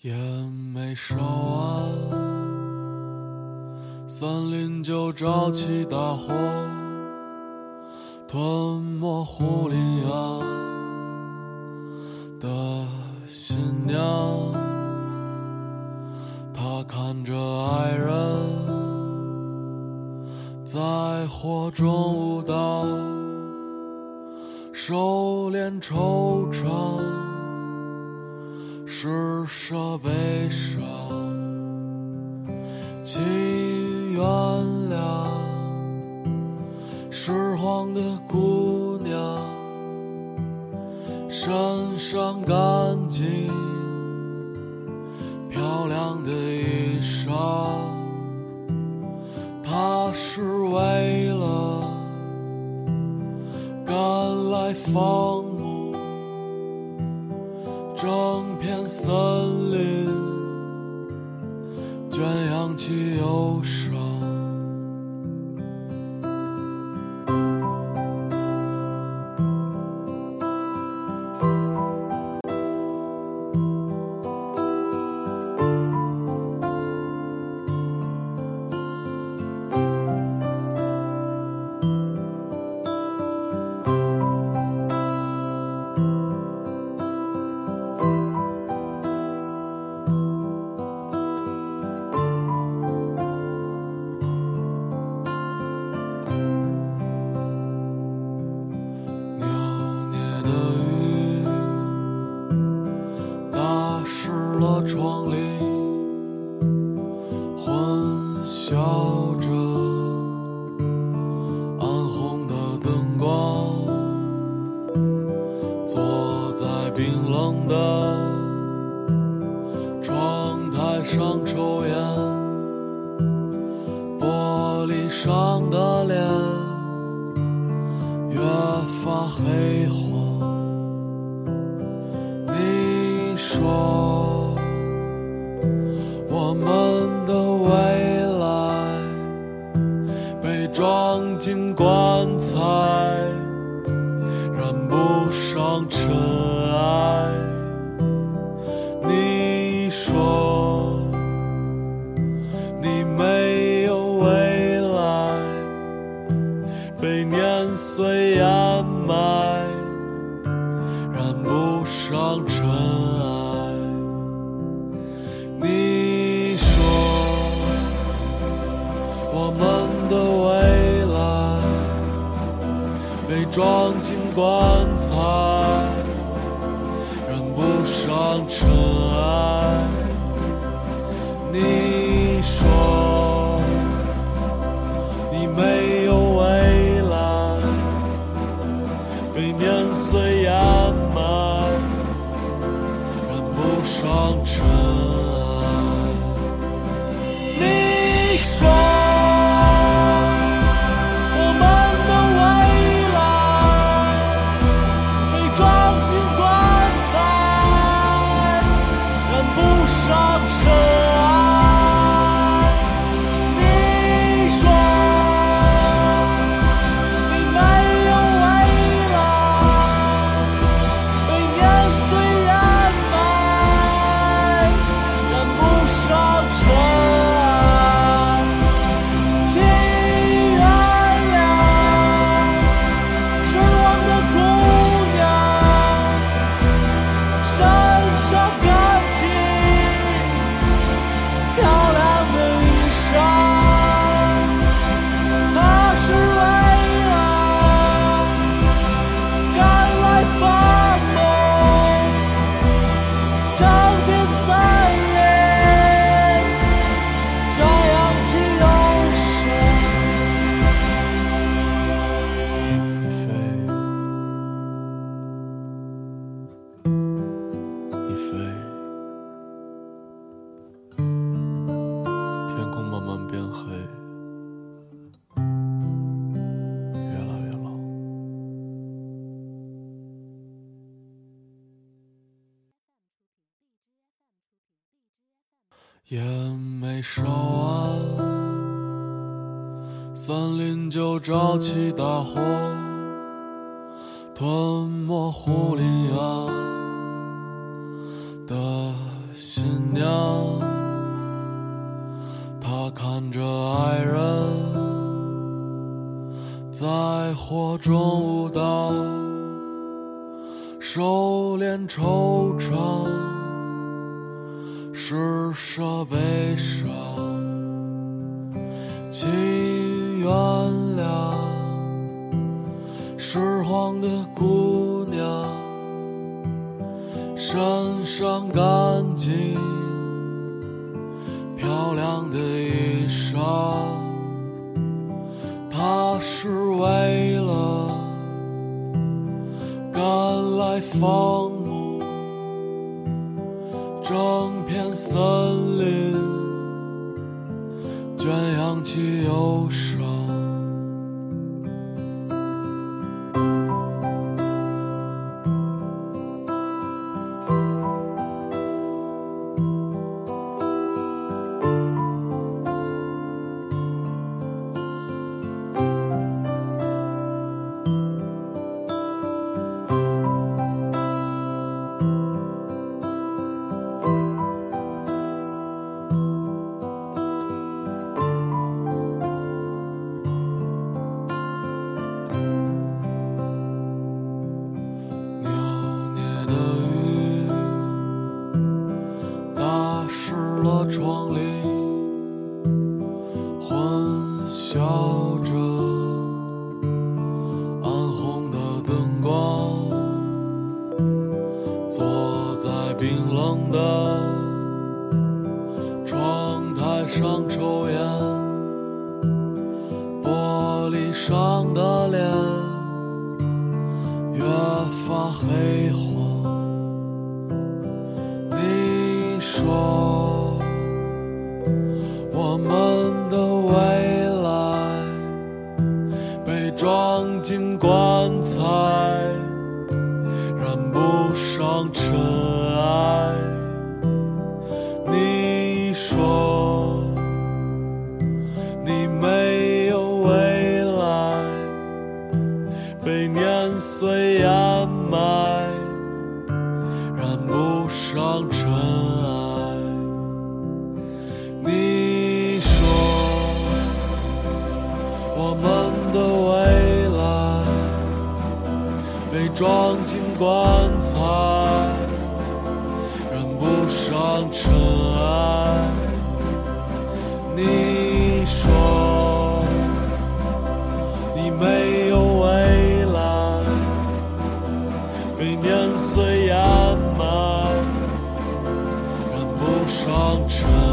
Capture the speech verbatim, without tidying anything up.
也没烧完，森林就着起大火，吞没护林洋的新娘。她看着爱人在火中舞蹈，收敛惆怅，施舍悲伤，请原谅拾荒的姑娘，身上干净漂亮的衣裳，她是为了赶来放牧整片森林，圈扬起忧伤。窗棂混淆着暗红的灯光，坐在冰冷的窗台上抽烟，玻璃上的脸越发黑黄。你说我们的未来被装进棺材，染不上尘埃。你说你没有未来，被年岁掩埋，染不上尘埃。你说我们的未来被装进棺材，染不上尘埃。你说你没有未来，被年岁掩埋，染不上尘埃。你说我们的未来被装进棺材，染不上尘埃。你说你没有未来，被年岁掩埋，染不上尘埃。请原谅失望的姑娘，身上干净漂亮的衣裳，她是为了赶来放牧整片森林，这样起忧伤。你飞，你飞，天空慢慢变黑，越来越老。也没烧完，森林就着起大火，吞没护林洋的新娘，她看着爱人在火中舞蹈，收敛惆怅，施舍悲伤，请原谅拾荒的姑娘，身上干净漂亮的衣裳，她是为了赶来放牧整片森林，圈养起忧伤。窗棂混淆着暗红的灯光，坐在冰冷的窗台上抽烟，玻璃上的脸越发黑黄。你说我们的未来被装进棺材，染不上尘埃。你说你没有未来，被年岁掩埋，染不上尘埃。你说我们的未来被装进棺材，染不上尘埃。你说你没有未来，被年岁掩埋，染不上尘埃。